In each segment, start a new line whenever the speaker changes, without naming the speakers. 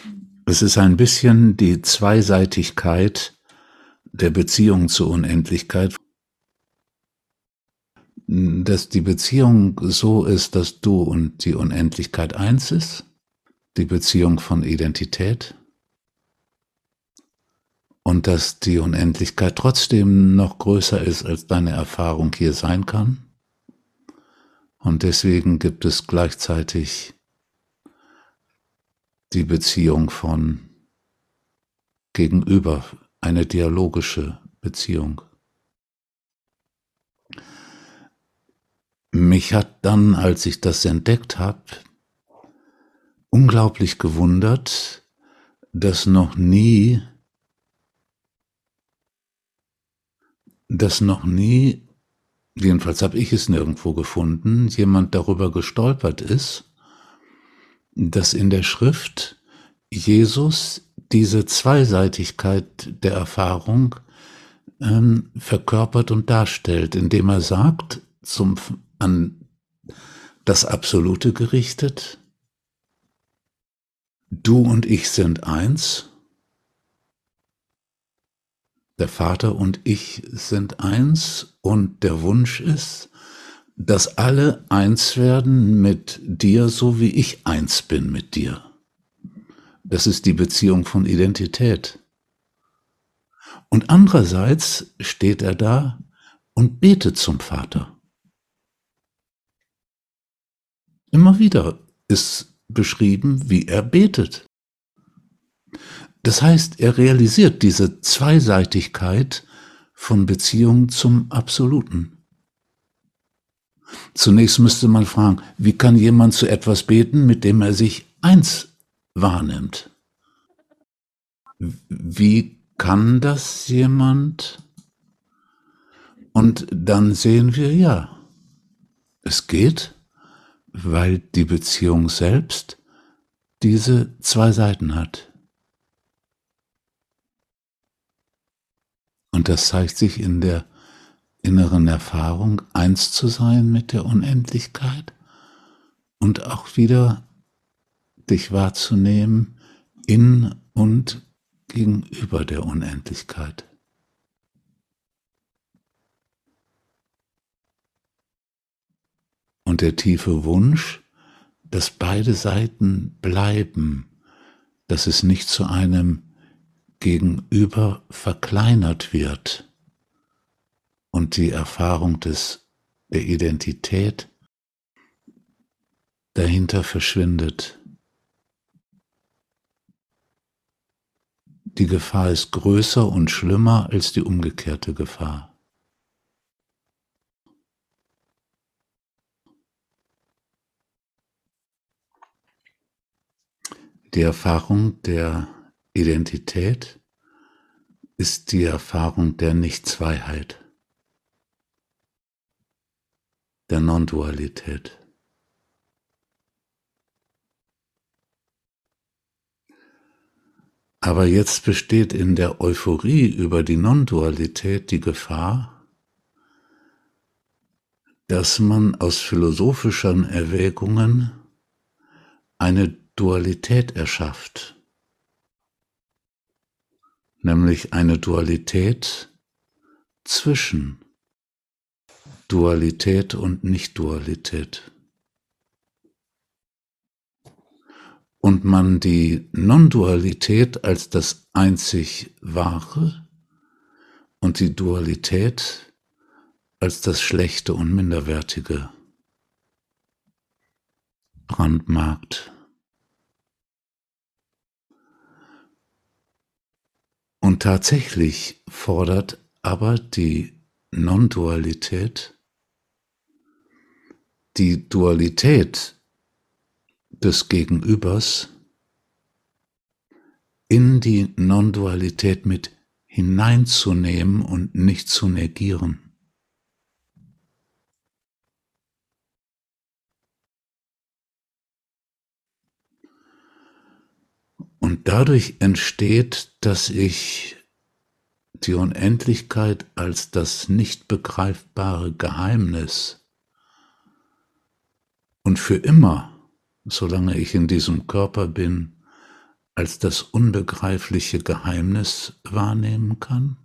Es ist ein bisschen die Zweiseitigkeit der Beziehung zur Unendlichkeit, dass die Beziehung so ist, dass du und die Unendlichkeit eins ist, die Beziehung von Identität, und dass die Unendlichkeit trotzdem noch größer ist, als deine Erfahrung hier sein kann. Und deswegen gibt es gleichzeitig die Beziehung von Gegenüber, eine dialogische Beziehung. Mich hat dann, als ich das entdeckt habe, unglaublich gewundert, dass noch nie, jedenfalls habe ich es nirgendwo gefunden, jemand darüber gestolpert ist, dass in der Schrift Jesus diese Zweiseitigkeit der Erfahrung verkörpert und darstellt, indem er sagt, an das Absolute gerichtet: Du und ich sind eins, der Vater und ich sind eins, und der Wunsch ist, dass alle eins werden mit dir, so wie ich eins bin mit dir. Das ist die Beziehung von Identität. Und andererseits steht er da und betet zum Vater. Immer wieder ist beschrieben, wie er betet. Das heißt, er realisiert diese Zweiseitigkeit von Beziehung zum Absoluten. Zunächst müsste man fragen, wie kann jemand zu etwas beten, mit dem er sich eins wahrnimmt? Wie kann das jemand? Und dann sehen wir, ja, es geht, weil die Beziehung selbst diese zwei Seiten hat. Und das zeigt sich in der inneren Erfahrung, eins zu sein mit der Unendlichkeit und auch wieder dich wahrzunehmen in und gegenüber der Unendlichkeit. Und der tiefe Wunsch, dass beide Seiten bleiben, dass es nicht zu einem Gegenüber verkleinert wird und die Erfahrung der Identität dahinter verschwindet. Die Gefahr ist größer und schlimmer als die umgekehrte Gefahr. Die Erfahrung der Identität ist die Erfahrung der Nichtzweiheit, der Non-Dualität. Aber jetzt besteht in der Euphorie über die Non-Dualität die Gefahr, dass man aus philosophischen Erwägungen eine Dualität erschafft, nämlich eine Dualität zwischen Dualität und Nicht-Dualität. Und man die Non-Dualität als das einzig Wahre und die Dualität als das Schlechte und Minderwertige brandmarkt. Und tatsächlich fordert aber die Non-Dualität die Dualität des Gegenübers in die Non-Dualität mit hineinzunehmen und nicht zu negieren. Und dadurch entsteht, dass ich die Unendlichkeit als das nicht begreifbare Geheimnis und für immer, solange ich in diesem Körper bin, als das unbegreifliche Geheimnis wahrnehmen kann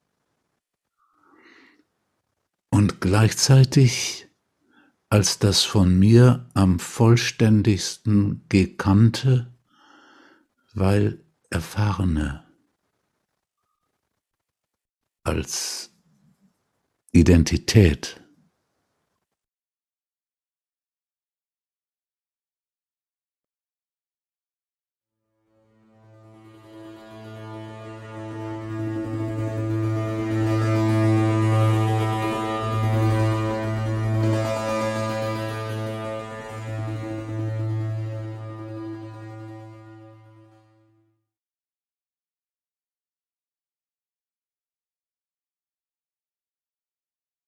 und gleichzeitig als das von mir am vollständigsten gekannte, weil erfahrene, als Identität.